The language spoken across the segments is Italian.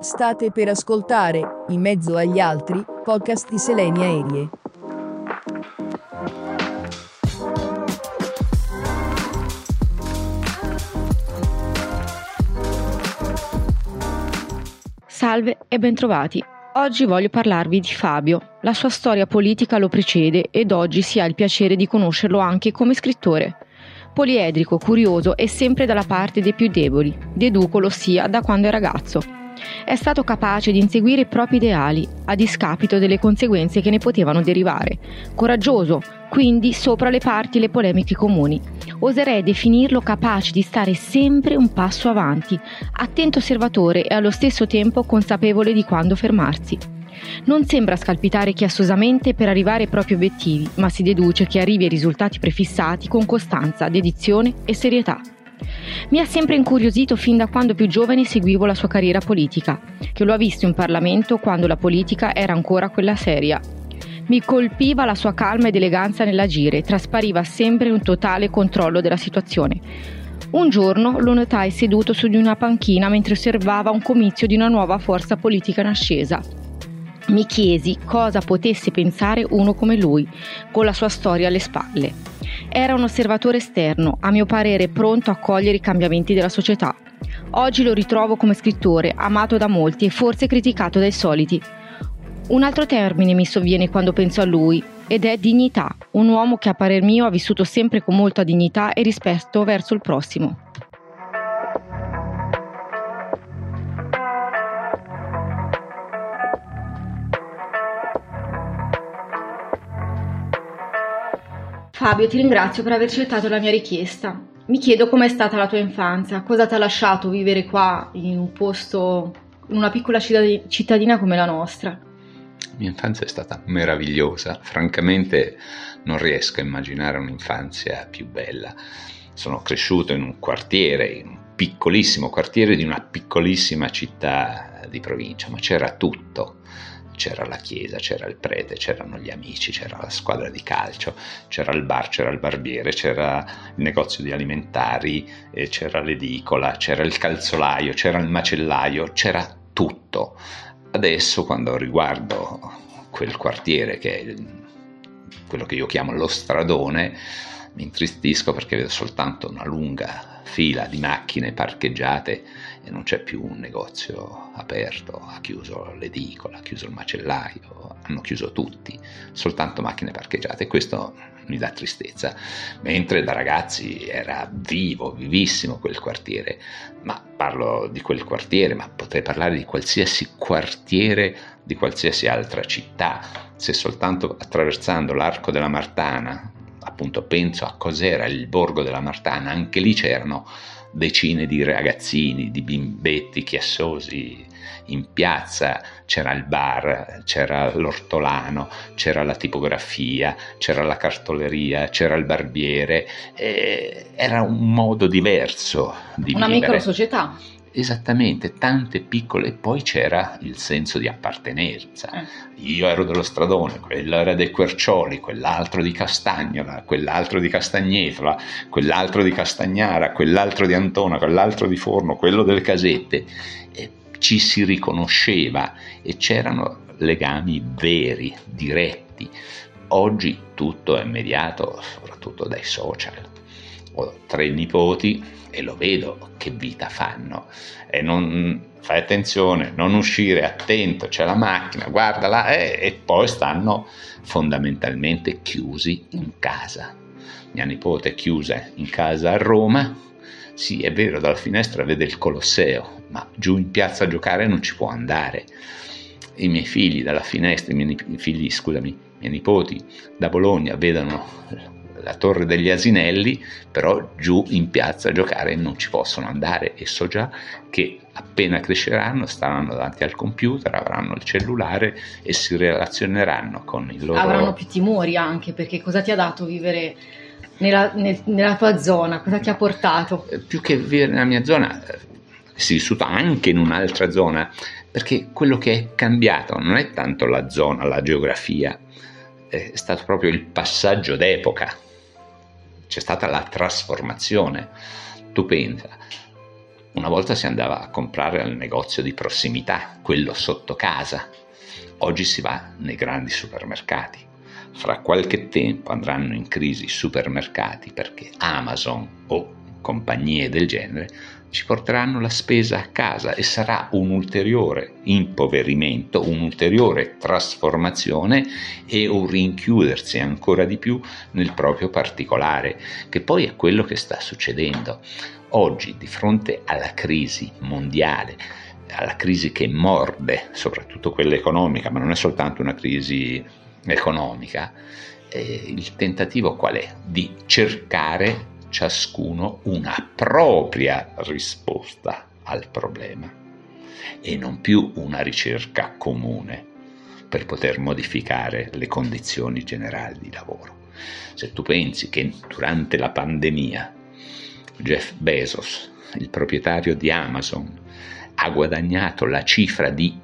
State per ascoltare, in mezzo agli altri, podcast di Seleni Aerie. Salve e bentrovati. Oggi voglio parlarvi di Fabio. La sua storia politica lo precede ed oggi si ha il piacere di conoscerlo anche come scrittore. Poliedrico, curioso e sempre dalla parte dei più deboli, deduco lo sia da quando è ragazzo. È stato capace di inseguire i propri ideali, a discapito delle conseguenze che ne potevano derivare. Coraggioso, quindi sopra le parti e le polemiche comuni. Oserei definirlo capace di stare sempre un passo avanti, attento osservatore e allo stesso tempo consapevole di quando fermarsi. Non sembra scalpitare chiassosamente per arrivare ai propri obiettivi, ma si deduce che arrivi ai risultati prefissati con costanza, dedizione e serietà. Mi ha sempre incuriosito fin da quando più giovane seguivo la sua carriera politica, che lo ha visto in Parlamento quando la politica era ancora quella seria. Mi colpiva la sua calma ed eleganza nell'agire, traspariva sempre un totale controllo della situazione. Un giorno lo notai seduto su di una panchina mentre osservava un comizio di una nuova forza politica in ascesa. Mi chiesi cosa potesse pensare uno come lui, con la sua storia alle spalle. Era un osservatore esterno, a mio parere pronto a cogliere i cambiamenti della società. Oggi lo ritrovo come scrittore, amato da molti e forse criticato dai soliti. Un altro termine mi sovviene quando penso a lui, ed è dignità, un uomo che a parer mio ha vissuto sempre con molta dignità e rispetto verso il prossimo. Fabio, ti ringrazio per aver accettato la mia richiesta. Mi chiedo com'è stata la tua infanzia, cosa ti ha lasciato vivere qua in un posto, in una piccola cittadina come la nostra. La mia infanzia è stata meravigliosa, francamente non riesco a immaginare un'infanzia più bella. Sono cresciuto in un quartiere, in un piccolissimo quartiere di una piccolissima città di provincia, ma c'era tutto. C'era la chiesa, c'era il prete, c'erano gli amici, c'era la squadra di calcio, c'era il bar, c'era il barbiere, c'era il negozio di alimentari, c'era l'edicola, c'era il calzolaio, c'era il macellaio, c'era tutto. Adesso quando riguardo quel quartiere che è quello che io chiamo lo stradone, mi intristisco perché vedo soltanto una lunga fila di macchine parcheggiate e non c'è più un negozio aperto, ha chiuso l'edicola, ha chiuso il macellaio, hanno chiuso tutti, soltanto macchine parcheggiate, e questo mi dà tristezza, mentre da ragazzi era vivissimo quel quartiere. Ma parlo di quel quartiere, ma potrei parlare di qualsiasi quartiere di qualsiasi altra città. Se soltanto attraversando l'Arco della Martana, appunto penso a cos'era il borgo della Martana, anche lì c'erano decine di ragazzini, di bimbetti chiassosi in piazza, c'era il bar, c'era l'ortolano, c'era la tipografia, c'era la cartoleria, c'era il barbiere, era un modo diverso di vivere. Una micro società. Esattamente, tante piccole, e poi c'era il senso di appartenenza. Io ero dello stradone, quello era dei Quercioli, quell'altro di Castagnola, quell'altro di Castagnetola, quell'altro di Castagnara, quell'altro di Antona, quell'altro di Forno, quello delle Casette. E ci si riconosceva e c'erano legami veri, diretti. Oggi tutto è mediato soprattutto dai social. Ho 3 nipoti e lo vedo che vita fanno, e non fai attenzione, non uscire, attento, c'è la macchina, guardala, e poi stanno fondamentalmente chiusi in casa. Mia nipote è chiusa in casa a Roma, sì è vero, dalla finestra vede il Colosseo, ma giù in piazza a giocare non ci può andare. I miei figli dalla finestra, i miei nipoti da Bologna vedono la Torre degli Asinelli, però giù in piazza a giocare non ci possono andare, e so già che appena cresceranno staranno davanti al computer, avranno il cellulare e si relazioneranno con il loro... Avranno più timori anche, perché cosa ti ha dato vivere nella tua zona, cosa ti ha portato? Più che vivere nella mia zona, si è vissuto anche in un'altra zona, perché quello che è cambiato non è tanto la zona, la geografia, è stato proprio il passaggio d'epoca. C'è stata la trasformazione. Tu pensa, Una volta si andava a comprare al negozio di prossimità, quello sotto casa. Oggi si va nei grandi supermercati. Fra qualche tempo andranno in crisi i supermercati perché Amazon o compagnie del genere ci porteranno la spesa a casa e sarà un ulteriore impoverimento, un'ulteriore trasformazione e un rinchiudersi ancora di più nel proprio particolare, che poi è quello che sta succedendo. Oggi, di fronte alla crisi mondiale, alla crisi che morde, soprattutto quella economica, ma non è soltanto una crisi economica, il tentativo qual è? Di cercare ciascuno una propria risposta al problema e non più una ricerca comune per poter modificare le condizioni generali di lavoro. Se tu pensi che durante la pandemia Jeff Bezos, il proprietario di Amazon, ha guadagnato la cifra di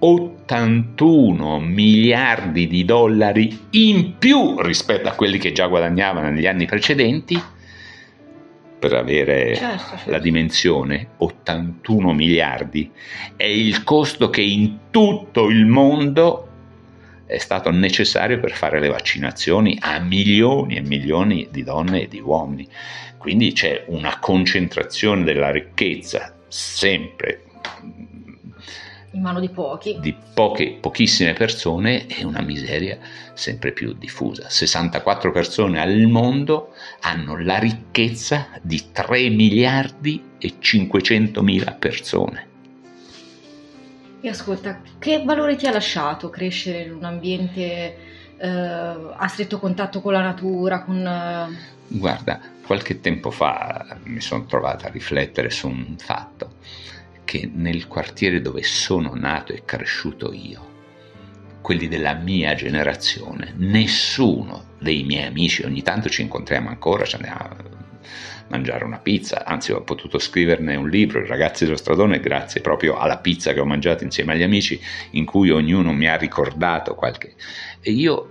81 miliardi di dollari in più rispetto a quelli che già guadagnava negli anni precedenti, per avere la dimensione, 81 miliardi è il costo che in tutto il mondo è stato necessario per fare le vaccinazioni a milioni e milioni di donne e di uomini. Quindi c'è una concentrazione della ricchezza sempre in mano di pochi, pochissime persone, e una miseria sempre più diffusa. 64 persone al mondo hanno la ricchezza di 3 miliardi e 500 mila persone. E ascolta, che valore ti ha lasciato crescere in un ambiente a stretto contatto con la natura? Guarda, qualche tempo fa mi sono trovata a riflettere su un fatto, che nel quartiere dove sono nato e cresciuto io, quelli della mia generazione, nessuno dei miei amici, ogni tanto ci incontriamo ancora, ci andiamo a mangiare una pizza, anzi ho potuto scriverne un libro, I ragazzi dello stradone, grazie proprio alla pizza che ho mangiato insieme agli amici, in cui ognuno mi ha ricordato qualche... E io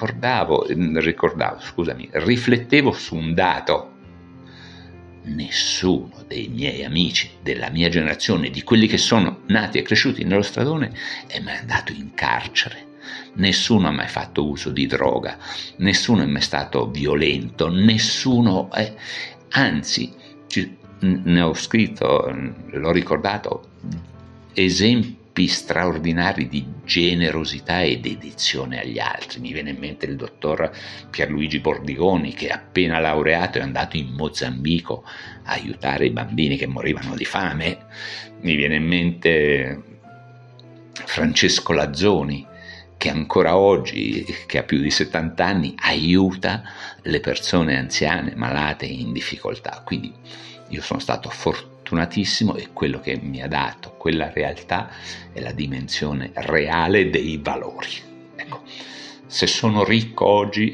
riflettevo su un dato: nessuno dei miei amici della mia generazione, di quelli che sono nati e cresciuti nello stradone, è mai andato in carcere. Nessuno ha mai fatto uso di droga, nessuno è mai stato violento, nessuno è... Anzi, ne ho scritto, l'ho ricordato, esempi straordinari di generosità e dedizione agli altri. Mi viene in mente il dottor Pierluigi Bordigoni, che appena laureato è andato in Mozambico a aiutare i bambini che morivano di fame. Mi viene in mente Francesco Lazzoni, che ancora oggi, che ha più di 70 anni, aiuta le persone anziane, malate, in difficoltà. Quindi io sono stato fortunatissimo, e quello che mi ha dato quella realtà è la dimensione reale dei valori. Ecco, se sono ricco oggi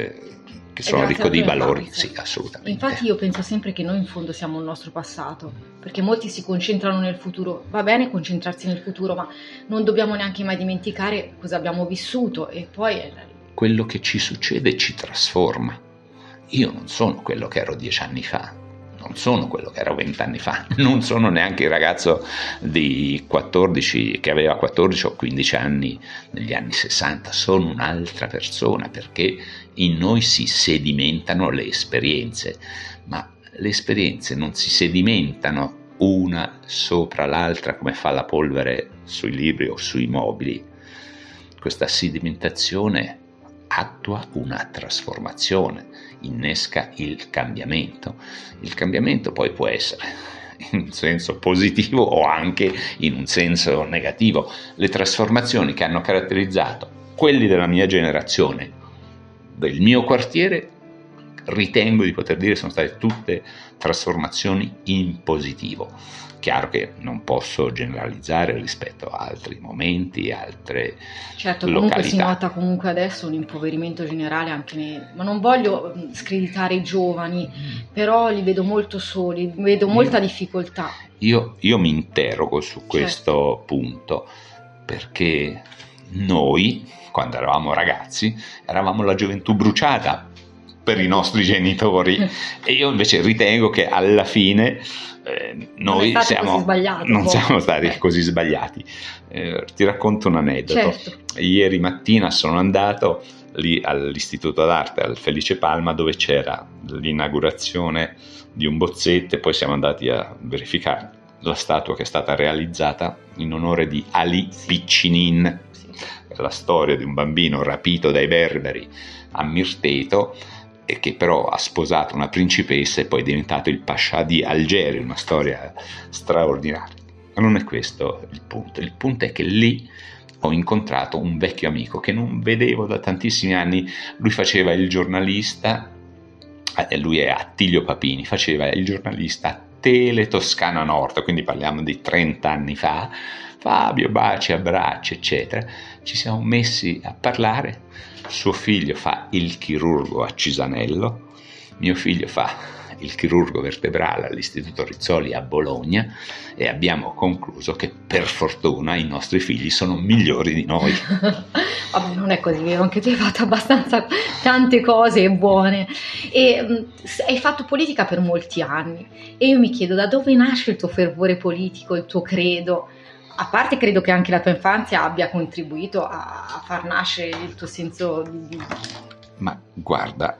che sono ricco di valori, sì, assolutamente. Infatti io penso sempre che noi in fondo siamo il nostro passato, perché molti si concentrano nel futuro. Va bene concentrarsi nel futuro, ma non dobbiamo neanche mai dimenticare cosa abbiamo vissuto, e poi quello che ci succede ci trasforma. Io non sono quello che ero 10 anni fa, non sono quello che ero 20 anni fa, non sono neanche il ragazzo di 14 che aveva 14 o 15 anni negli anni 60, sono un'altra persona, perché in noi si sedimentano le esperienze, ma le esperienze non si sedimentano una sopra l'altra come fa la polvere sui libri o sui mobili. Questa sedimentazione attua una trasformazione, innesca il cambiamento. Il cambiamento poi può essere in un senso positivo o anche in un senso negativo. Le trasformazioni che hanno caratterizzato quelli della mia generazione, del mio quartiere, ritengo di poter dire sono state tutte trasformazioni in positivo. Chiaro che non posso generalizzare rispetto a altri momenti, altre certo, località. Comunque si nota comunque adesso un impoverimento generale anche ma non voglio screditare i giovani, però li vedo molto soli, vedo molta difficoltà. Io mi interrogo su questo punto, perché noi, quando eravamo ragazzi, eravamo la gioventù bruciata, per i nostri genitori, e io invece ritengo che alla fine noi non siamo stati così sbagliati. Ti racconto un aneddoto. Certo. Ieri mattina sono andato lì all'Istituto d'Arte, al Felice Palma, dove c'era l'inaugurazione di un bozzetto, e poi siamo andati a verificare la statua che è stata realizzata in onore di Ali Piccinin, la storia di un bambino rapito dai berberi a Mirteto, e che però ha sposato una principessa e poi è diventato il pascià di Algeri, una storia straordinaria. Ma non è questo il punto è che lì ho incontrato un vecchio amico che non vedevo da tantissimi anni. Lui faceva il giornalista, lui è Attilio Papini, faceva il giornalista a Tele Toscana Nord, quindi parliamo di 30 anni fa. Fabio, baci, abbracci, eccetera. Ci siamo messi a parlare. Suo figlio fa il chirurgo a Cisanello, mio figlio fa il chirurgo vertebrale all'Istituto Rizzoli a Bologna, e abbiamo concluso che per fortuna i nostri figli sono migliori di noi. Vabbè, non è così vero, anche tu hai fatto abbastanza tante cose buone e hai fatto politica per molti anni, e io mi chiedo da dove nasce il tuo fervore politico, il tuo credo. A parte credo che anche la tua infanzia abbia contribuito a far nascere il tuo senso di... Ma guarda,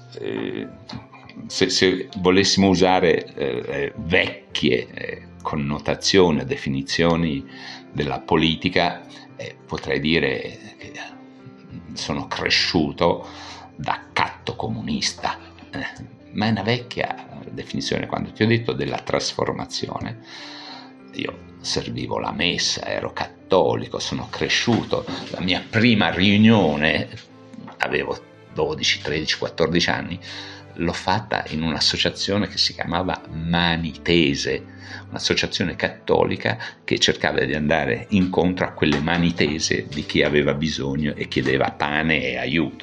se volessimo usare vecchie connotazioni, definizioni della politica, potrei dire che sono cresciuto da catto comunista, ma è una vecchia definizione. Quando ti ho detto della trasformazione, io servivo la messa, ero cattolico, sono cresciuto. La mia prima riunione, avevo 12, 13, 14 anni, l'ho fatta in un'associazione che si chiamava Manitese, un'associazione cattolica che cercava di andare incontro a quelle manitese di chi aveva bisogno e chiedeva pane e aiuto.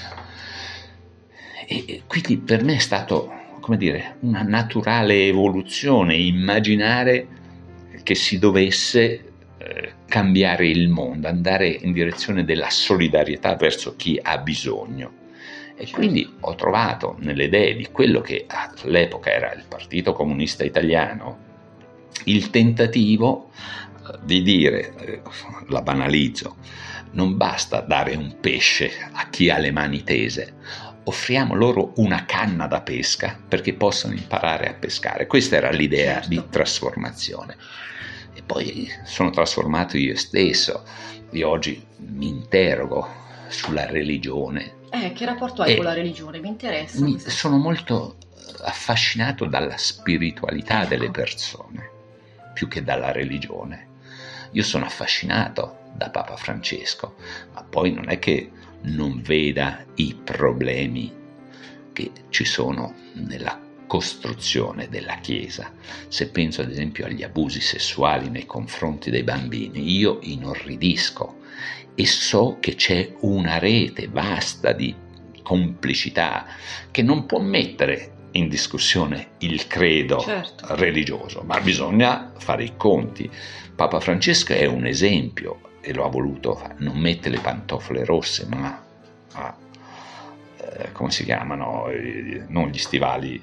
E quindi per me è stato, come dire, una naturale evoluzione immaginare che si dovesse cambiare il mondo, andare in direzione della solidarietà verso chi ha bisogno. E quindi ho trovato nelle idee di quello che all'epoca era il Partito Comunista Italiano il tentativo di dire, la banalizzo, non basta dare un pesce a chi ha le mani tese, offriamo loro una canna da pesca perché possano imparare a pescare. Questa era l'idea di trasformazione. E poi sono trasformato io stesso. Io oggi mi interrogo sulla religione. Che rapporto hai con la religione? Mi interessa. Sono molto affascinato dalla spiritualità delle persone, più che dalla religione. Io sono affascinato da Papa Francesco, ma poi non è che non veda i problemi che ci sono nella costruzione della Chiesa. Se penso ad esempio agli abusi sessuali nei confronti dei bambini, io inorridisco e so che c'è una rete vasta di complicità che non può mettere in discussione il credo religioso, ma bisogna fare i conti. Papa Francesco è un esempio e lo ha voluto fare. Non mette le pantofole rosse, ma come si chiamano? Non gli stivali,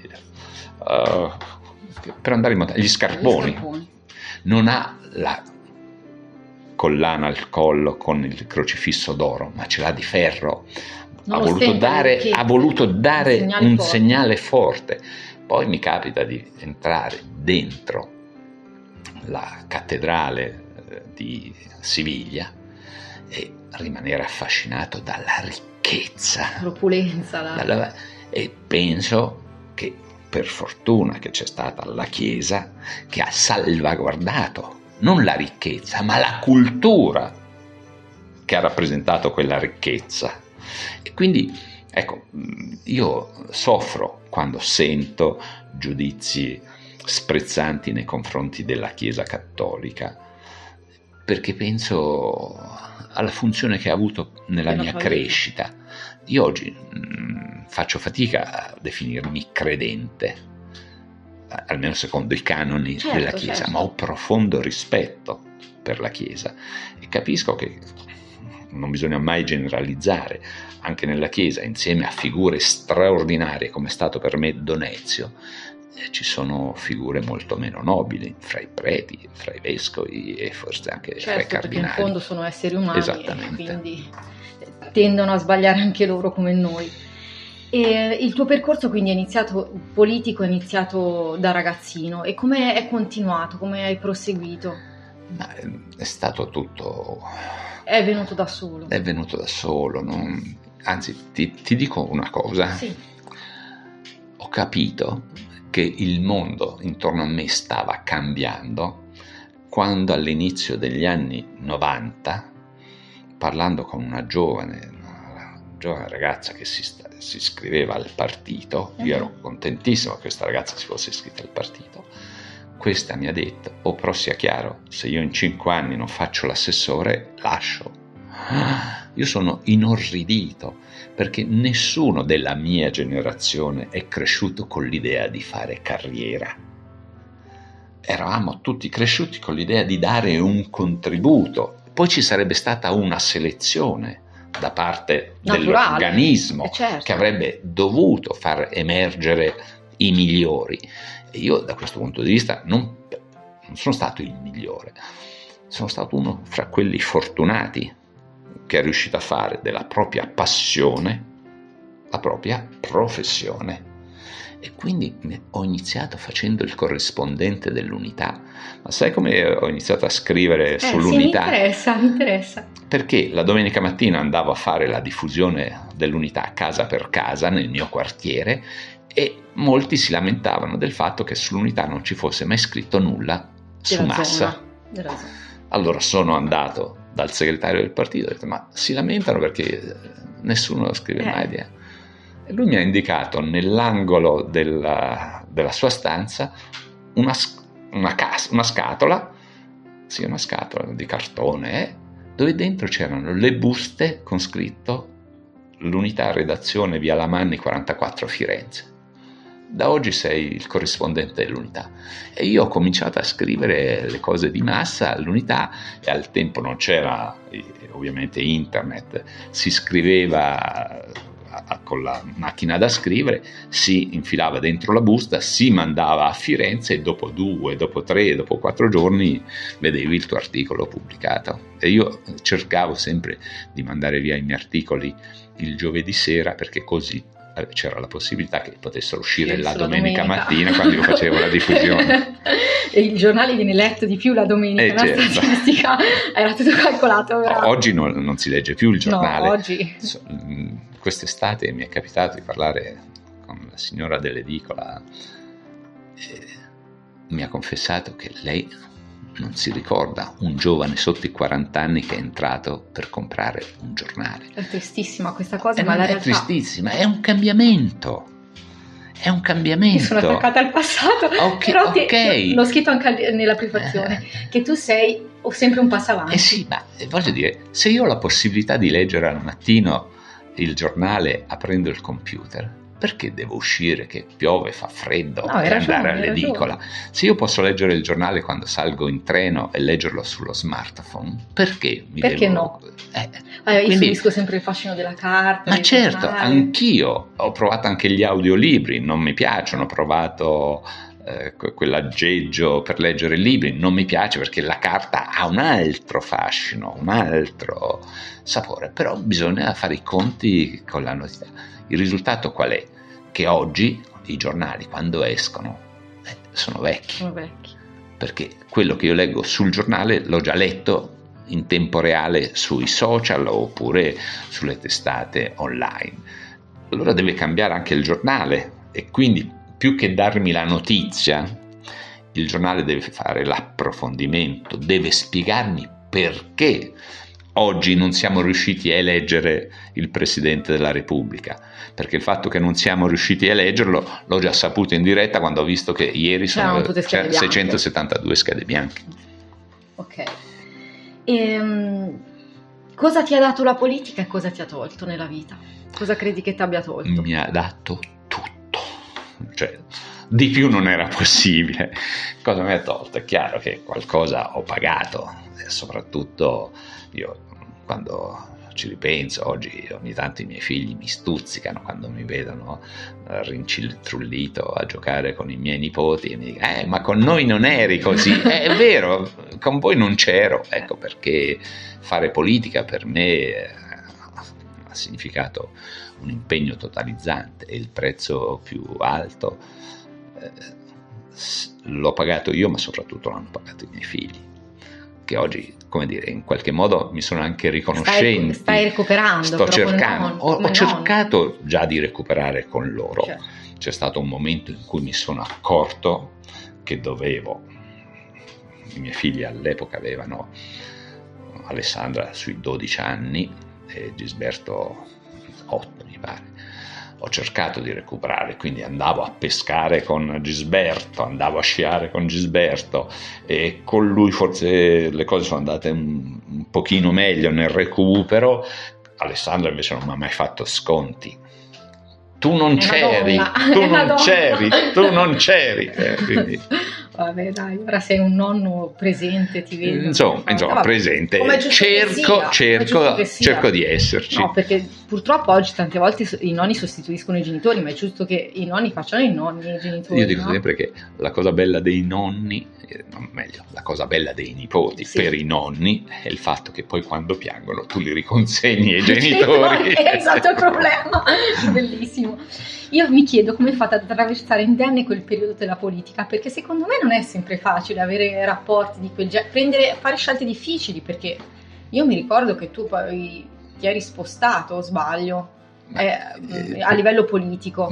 per andare in montagna, gli scarponi. Non ha la collana al collo con il crocifisso d'oro, ma ce l'ha di ferro. Ha voluto dare un segnale forte. Poi mi capita di entrare dentro la cattedrale di Siviglia e rimanere affascinato dalla ricchezza, l'opulenza, e penso che per fortuna che c'è stata la Chiesa che ha salvaguardato non la ricchezza ma la cultura che ha rappresentato quella ricchezza. E quindi ecco, io soffro quando sento giudizi sprezzanti nei confronti della Chiesa cattolica, perché penso alla funzione che ha avuto nella mia crescita. Io oggi faccio fatica a definirmi credente, almeno secondo i canoni della Chiesa, ma ho profondo rispetto per la Chiesa e capisco che non bisogna mai generalizzare, anche nella Chiesa, insieme a figure straordinarie come è stato per me Don Ezio, ci sono figure molto meno nobili, fra i preti, fra i vescovi e forse anche fra i cardinali. Perché in fondo sono esseri umani Esattamente. e quindi tendono a sbagliare anche loro come noi. E il tuo percorso quindi politico è iniziato da ragazzino, e come è continuato, come hai proseguito? Ma è stato tutto... È venuto da solo? È venuto da solo, anzi ti dico una cosa. Sì. Ho capito che il mondo intorno a me stava cambiando quando all'inizio degli anni 90, parlando con una giovane ragazza che si iscriveva al partito, io ero contentissimo che questa ragazza si fosse iscritta al partito, questa mi ha detto: oh, però sia chiaro, se io in 5 anni non faccio l'assessore, lascio. Io sono inorridito, perché nessuno della mia generazione è cresciuto con l'idea di fare carriera. Eravamo tutti cresciuti con l'idea di dare un contributo, poi ci sarebbe stata una selezione da parte dell'organismo, certo, che avrebbe dovuto far emergere i migliori. E io da questo punto di vista non sono stato il migliore, sono stato uno fra quelli fortunati che è riuscito a fare della propria passione la propria professione. E quindi ho iniziato facendo il corrispondente dell'Unità. Ma sai come ho iniziato a scrivere sull'Unità? Sì, mi interessa. Perché la domenica mattina andavo a fare la diffusione dell'Unità casa per casa nel mio quartiere, e molti si lamentavano del fatto che sull'Unità non ci fosse mai scritto nulla su Massa. Allora sono andato dal segretario del partito e ho detto: ma si lamentano perché nessuno scrive mai di... E lui mi ha indicato nell'angolo della sua stanza una scatola, sì, una scatola di cartone, dove dentro c'erano le buste con scritto l'Unità redazione via Lamanni 44 Firenze. Da oggi sei il corrispondente dell'Unità. E io ho cominciato a scrivere le cose di Massa all'Unità, e al tempo non c'era ovviamente internet, si scriveva con la macchina da scrivere, si infilava dentro la busta, si mandava a Firenze, e dopo 2, dopo 3, dopo 4 giorni vedevi il tuo articolo pubblicato. E io cercavo sempre di mandare via i miei articoli il giovedì sera, perché così c'era la possibilità che potessero uscire la domenica mattina quando io facevo la diffusione. E il giornale viene letto di più la domenica, la certo. statistica era tutto calcolato. Però. Oggi non si legge più il giornale. No, oggi. Quest'estate mi è capitato di parlare con la signora dell'edicola, e mi ha confessato che lei non si ricorda un giovane sotto i 40 anni che è entrato per comprare un giornale. È tristissima questa cosa, ma non la è realtà... tristissima, è un cambiamento. È un cambiamento. Mi sono attaccata al passato, però l'ho scritto anche nella prefazione, che tu sei sempre un passo avanti. Sì, ma voglio dire, se io ho la possibilità di leggere al mattino il giornale aprendo il computer, perché devo uscire che piove, fa freddo, per andare all'edicola? Se io posso leggere il giornale quando salgo in treno e leggerlo sullo smartphone, perché no? Io subisco sempre il fascino della carta. Ma certo, giornale. Anch'io ho provato anche gli audiolibri, non mi piacciono, ho provato quell'aggeggio per leggere libri, non mi piace perché la carta ha un altro fascino, un altro sapore, però bisogna fare i conti con la notizia. Il risultato qual è? Che oggi i giornali, quando escono, sono vecchi. Perché quello che io leggo sul giornale l'ho già letto in tempo reale sui social oppure sulle testate online. Allora deve cambiare anche il giornale, e quindi più che darmi la notizia, il giornale deve fare l'approfondimento, deve spiegarmi perché oggi non siamo riusciti a eleggere il Presidente della Repubblica, perché il fatto che non siamo riusciti a eleggerlo l'ho già saputo in diretta quando ho visto che ieri sono 672 schede bianche. Ok. Cosa ti ha dato la politica e cosa ti ha tolto nella vita? Cosa credi che ti abbia tolto? Mi ha dato tutto. Cioè, di più non era possibile. Cosa mi ha tolto? È chiaro che qualcosa ho pagato, e soprattutto io quando ci ripenso, oggi ogni tanto i miei figli mi stuzzicano quando mi vedono rinciltrullito a giocare con i miei nipoti e mi dicono ma con noi non eri così. È vero, con voi non c'ero, ecco perché fare politica per me ha significato un impegno totalizzante e il prezzo più alto l'ho pagato io, ma soprattutto l'hanno pagato i miei figli, che oggi, come dire, in qualche modo mi sono anche riconoscenti. Stai recuperando. Sto cercando, ho cercato già di recuperare con loro. Certo. C'è stato un momento in cui mi sono accorto che dovevo, i miei figli all'epoca avevano, Alessandra sui 12 anni e Gisberto 8 mi pare. Ho cercato di recuperare, quindi andavo a pescare con Gisberto, andavo a sciare con Gisberto e con lui forse le cose sono andate un pochino meglio nel recupero. Alessandra invece non mi ha mai fatto sconti. Tu non c'eri, tu non c'eri. Quindi... Vabbè dai, ora sei un nonno presente, ti vedo. Insomma presente, cerco di esserci. No, perché purtroppo oggi tante volte i nonni sostituiscono i genitori, ma è giusto che i nonni facciano i nonni e i genitori. Io dico sempre che la cosa bella dei nonni, la cosa bella dei nipoti per i nonni è il fatto che poi quando piangono tu li riconsegni ai genitori. Esatto, il problema. Bellissimo. Io mi chiedo come fate ad attraversare indenne quel periodo della politica, perché secondo me non è sempre facile avere rapporti di quel genere, fare scelte difficili, perché io mi ricordo che tu poi ti eri spostato, o sbaglio, a livello politico.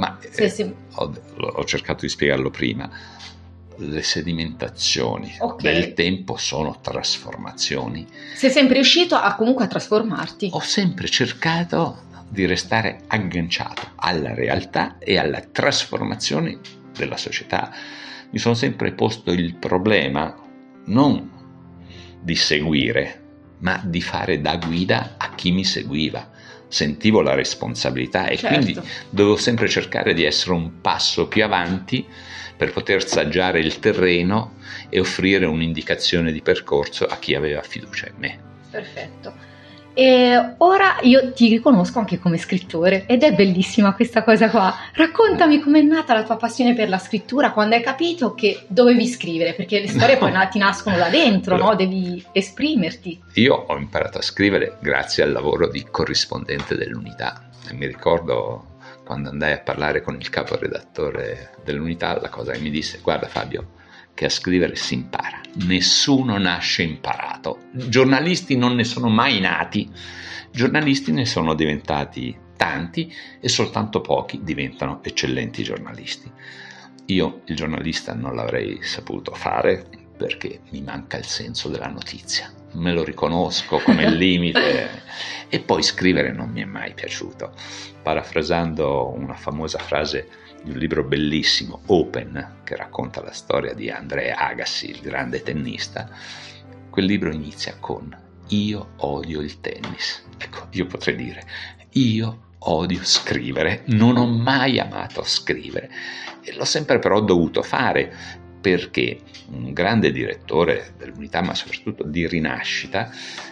Ho cercato di spiegarlo prima. Le sedimentazioni del tempo sono trasformazioni. Sei sempre riuscito comunque a trasformarti. Ho sempre cercato di restare agganciato alla realtà e alla trasformazione della società. Mi sono sempre posto il problema non di seguire, ma di fare da guida a chi mi seguiva. Sentivo la responsabilità e quindi dovevo sempre cercare di essere un passo più avanti per poter saggiare il terreno e offrire un'indicazione di percorso a chi aveva fiducia in me. Perfetto. E ora io ti riconosco anche come scrittore ed è bellissima questa cosa qua. Raccontami com'è nata la tua passione per la scrittura, quando hai capito che dovevi scrivere, perché le storie poi ti nascono da dentro, no? Devi esprimerti. Io ho imparato a scrivere grazie al lavoro di corrispondente dell'Unità e mi ricordo quando andai a parlare con il caporedattore dell'Unità, la cosa che mi disse: guarda Fabio, che a scrivere si impara, nessuno nasce imparato, giornalisti non ne sono mai nati, giornalisti ne sono diventati tanti e soltanto pochi diventano eccellenti giornalisti. Io il giornalista non l'avrei saputo fare perché mi manca il senso della notizia, me lo riconosco come limite e poi scrivere non mi è mai piaciuto. Parafrasando una famosa frase di un libro bellissimo, Open, che racconta la storia di Andre Agassi, il grande tennista, quel libro inizia con "Io odio il tennis". Ecco, io potrei dire io odio scrivere, non ho mai amato scrivere e l'ho sempre però dovuto fare perché un grande direttore dell'Unità, ma soprattutto di Rinascita,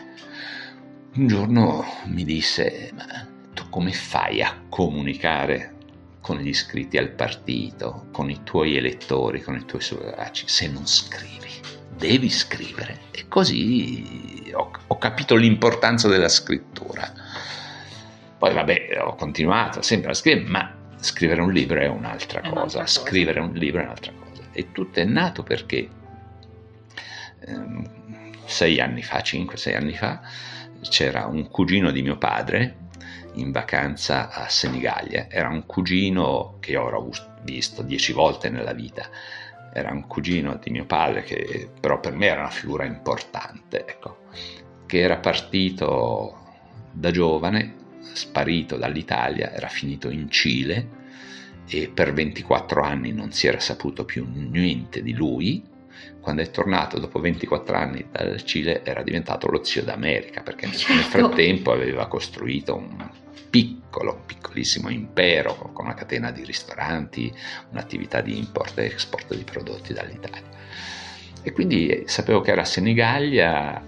un giorno mi disse: ma tu come fai a comunicare con gli iscritti al partito, con i tuoi elettori, con i tuoi seguaci, se non scrivi? Devi scrivere. E così ho capito l'importanza della scrittura. Poi vabbè, ho continuato sempre a scrivere, ma scrivere un libro è un'altra cosa. Scrivere un libro è un'altra cosa. E tutto è nato perché 5-6 anni fa c'era un cugino di mio padre in vacanza a Senigallia. Era un cugino che io avrò visto 10 volte nella vita. Era un cugino di mio padre che però per me era una figura importante, ecco, che era partito da giovane, sparito dall'Italia, era finito in Cile e per 24 anni non si era saputo più niente di lui. Quando è tornato dopo 24 anni dal Cile era diventato lo zio d'America, perché nel frattempo aveva costruito un piccolissimo impero con una catena di ristoranti, un'attività di import e export di prodotti dall'Italia. E quindi sapevo che era a Senigallia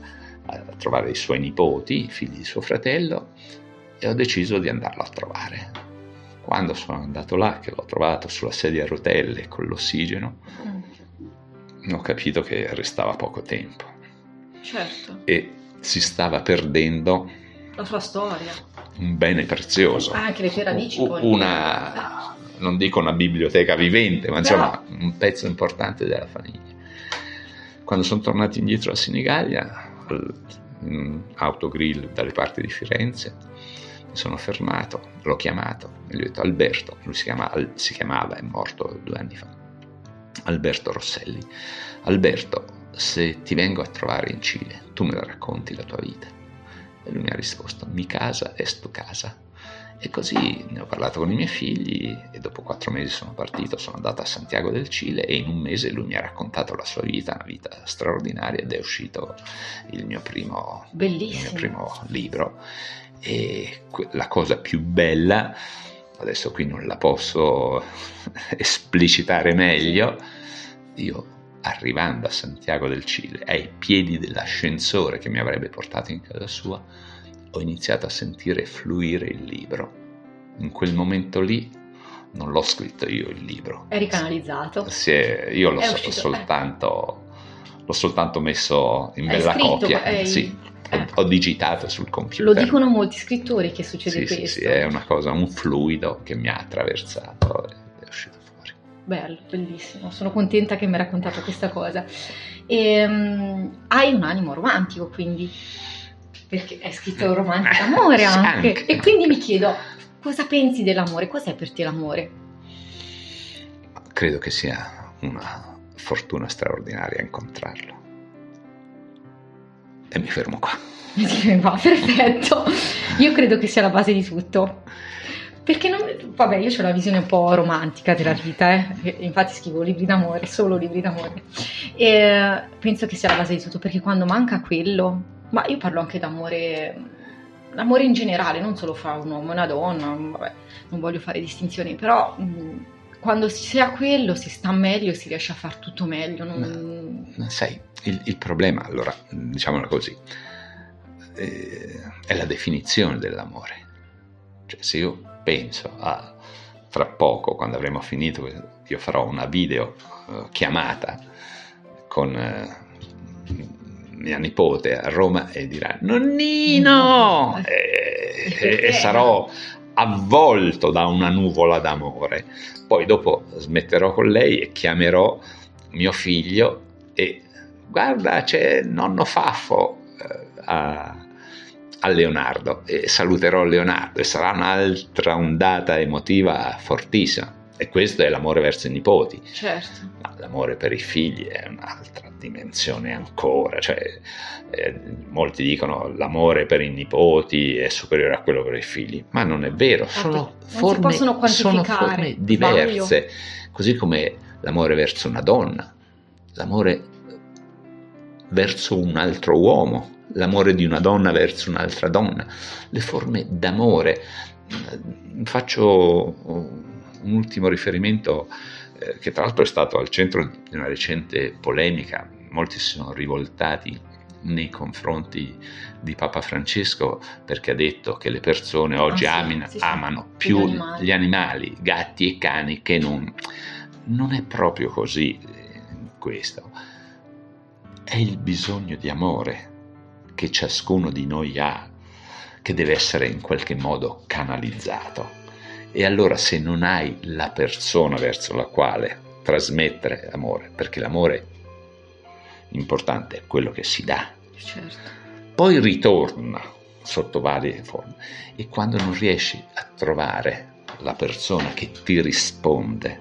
a trovare i suoi nipoti, i figli di suo fratello, e ho deciso di andarlo a trovare. Quando sono andato là, che l'ho trovato sulla sedia a rotelle con l'ossigeno, ho capito che restava poco tempo. Certo. E si stava perdendo La sua storia. un bene prezioso. Anche le sue radici. Non dico una biblioteca vivente, ma insomma un pezzo importante della famiglia. Quando sono tornati indietro a Senigallia, autogrill dalle parti di Firenze, mi sono fermato, l'ho chiamato e gli ho detto: Alberto, lui si chiamava, è morto 2 anni fa, Alberto Rosselli. Alberto, se ti vengo a trovare in Cile, tu me la racconti la tua vita? E lui mi ha risposto: mi casa est tu casa. E così ne ho parlato con i miei figli e dopo 4 mesi sono partito, sono andato a Santiago del Cile e in un mese lui mi ha raccontato la sua vita, una vita straordinaria, ed è uscito il mio primo libro. E la cosa più bella, adesso qui non la posso esplicitare meglio, io arrivando a Santiago del Cile, ai piedi dell'ascensore che mi avrebbe portato in casa sua, ho iniziato a sentire fluire il libro. In quel momento lì non l'ho scritto io il libro. È ricanalizzato. Io l'ho soltanto messo in bella copia. Ho digitato sul computer. Lo dicono molti scrittori che succede questo. Sì, è una cosa, un fluido che mi ha attraversato ed è uscito fuori. Bello, bellissimo. Sono contenta che mi hai raccontato questa cosa. Hai un animo romantico, quindi, perché hai scritto un romanzo d'amore anche. E quindi mi chiedo, cosa pensi dell'amore? Cos'è per te l'amore? Credo che sia una fortuna straordinaria incontrarlo. E mi fermo qua. Perfetto. Io credo che sia la base di tutto. Perché io ho la visione un po' romantica della vita, infatti scrivo libri d'amore, solo libri d'amore. E penso che sia la base di tutto, perché quando manca quello, ma io parlo anche d'amore, l'amore in generale, non solo fra un uomo e una donna, non voglio fare distinzioni, però quando si ha quello si sta meglio, si riesce a far tutto meglio. Sai, il problema, allora, diciamolo così, è la definizione dell'amore. Cioè, se io penso fra poco, quando avremo finito, io farò una video chiamata con mia nipote a Roma e dirà nonnino, e sarò avvolto da una nuvola d'amore. Poi dopo smetterò con lei e chiamerò mio figlio e guarda, c'è nonno Faffo a Leonardo, e saluterò Leonardo e sarà un'altra ondata emotiva fortissima. E questo è l'amore verso i nipoti. Certo. Ma l'amore per i figli è un'altra dimensione ancora. Cioè, molti dicono l'amore per i nipoti è superiore a quello per i figli, ma non è vero, sono forme diverse. Così come l'amore verso una donna, l'amore verso un altro uomo, l'amore di una donna verso un'altra donna, le forme d'amore. Faccio un ultimo riferimento che tra l'altro è stato al centro di una recente polemica. Molti si sono rivoltati nei confronti di Papa Francesco perché ha detto che le persone oggi amano più gli animali, gatti e cani, che non è proprio così questo. È il bisogno di amore che ciascuno di noi ha, che deve essere in qualche modo canalizzato. E allora, se non hai la persona verso la quale trasmettere l'amore, perché l'amore importante è quello che si dà, certo, poi ritorna sotto varie forme, e quando non riesci a trovare la persona che ti risponde,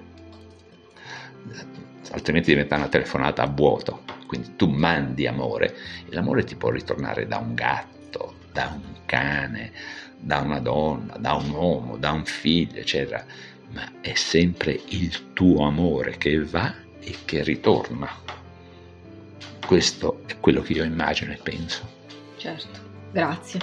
altrimenti diventa una telefonata a vuoto. Quindi tu mandi amore e l'amore ti può ritornare da un gatto, da un cane, da una donna, da un uomo, da un figlio, eccetera, ma è sempre il tuo amore che va e che ritorna. Questo è quello che io immagino e penso. Certo, grazie.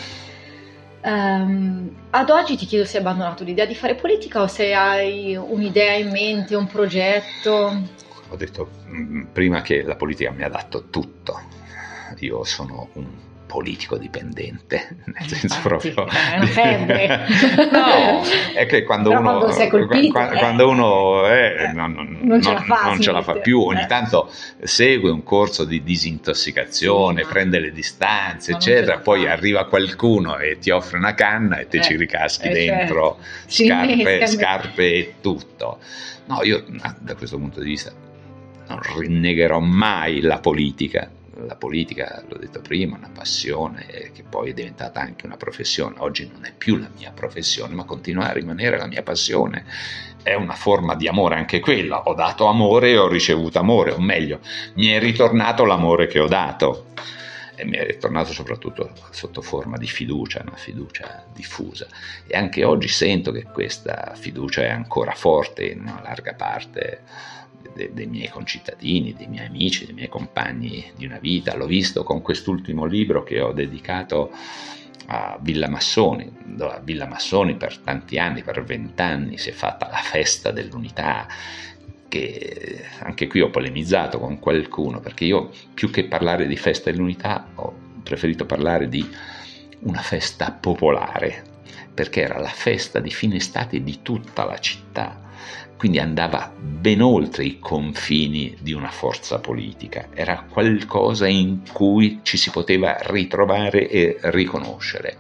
Ad oggi ti chiedo se hai abbandonato l'idea di fare politica o se hai un'idea in mente, un progetto. Ho detto prima che la politica mi ha dato tutto, io sono un politico dipendente, nel senso Infatti, proprio è una febbre. no, è che quando Però uno, quando sei colpito, quando uno non ce la fa più, ogni tanto segue un corso di disintossicazione, Sì, prende le distanze, ma non ce la eccetera, fa. poi arriva qualcuno e ti offre una canna e te ci ricaschi dentro scarpe e tutto. No, io da questo punto di vista non rinnegherò mai la politica. La politica, l'ho detto prima, è una passione che poi è diventata anche una professione. Oggi non è più la mia professione, ma continua a rimanere la mia passione. È una forma di amore anche quella. Ho dato amore e ho ricevuto amore, o meglio, mi è ritornato l'amore che ho dato. E mi è ritornato soprattutto sotto forma di fiducia, una fiducia diffusa. E anche oggi sento che questa fiducia è ancora forte in una larga parte dei miei concittadini, dei miei amici, dei miei compagni di una vita. L'ho visto con quest'ultimo libro che ho dedicato a Villa Massoni, dove a Villa Massoni per tanti anni, per 20 anni, si è fatta la festa dell'unità, che anche qui ho polemizzato con qualcuno, perché io più che parlare di festa dell'unità ho preferito parlare di una festa popolare, perché era la festa di fine estate di tutta la città. Quindi andava ben oltre i confini di una forza politica, era qualcosa in cui ci si poteva ritrovare e riconoscere.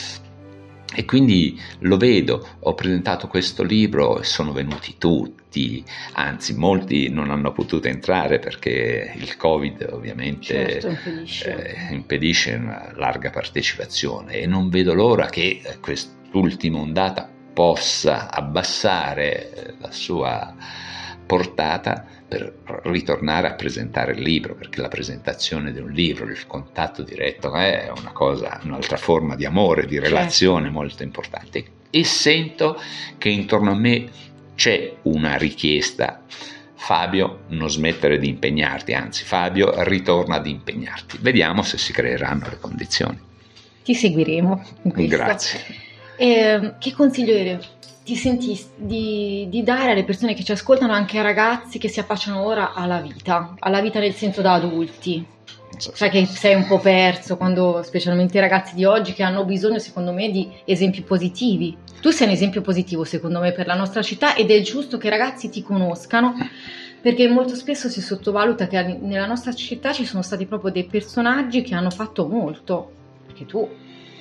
E quindi lo vedo, ho presentato questo libro e sono venuti tutti, anzi molti non hanno potuto entrare perché il Covid ovviamente impedisce una larga partecipazione, e non vedo l'ora che quest'ultima ondata possa abbassare la sua portata per ritornare a presentare il libro, perché la presentazione di un libro, il contatto diretto è una cosa, un'altra forma di amore, di relazione molto importante. E sento che intorno a me c'è una richiesta: Fabio, non smettere di impegnarti, anzi Fabio, ritorna ad impegnarti. Vediamo se si creeranno le condizioni. Ti seguiremo in questo. Grazie. Che consiglio ti senti di dare alle persone che ci ascoltano, anche ai ragazzi che si affacciano ora alla vita nel senso da adulti? Sai che sei un po' perso, quando specialmente i ragazzi di oggi, che hanno bisogno secondo me di esempi positivi. Tu sei un esempio positivo secondo me per la nostra città, ed è giusto che i ragazzi ti conoscano, perché molto spesso si sottovaluta che nella nostra città ci sono stati proprio dei personaggi che hanno fatto molto, perché tu...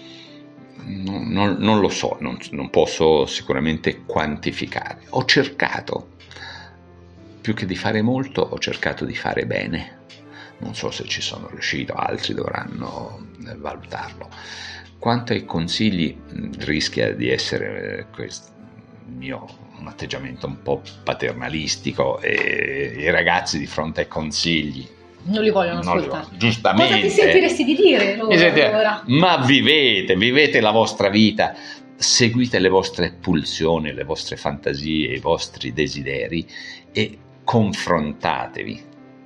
Non lo so, non posso sicuramente quantificare. Ho cercato, più che di fare molto, ho cercato di fare bene. Non so se ci sono riuscito, altri dovranno valutarlo. Quanto ai consigli, rischia di essere un atteggiamento un po' paternalistico, e i ragazzi di fronte ai consigli non li vogliono ascoltare. Giustamente. Cosa ti sentiresti di dire loro, allora? Ma vivete la vostra vita, seguite le vostre pulsioni, le vostre fantasie, i vostri desideri, e confrontatevi,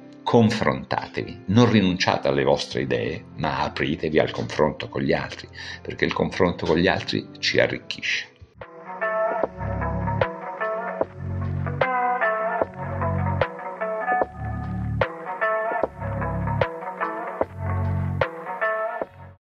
non rinunciate alle vostre idee, ma apritevi al confronto con gli altri, perché il confronto con gli altri ci arricchisce.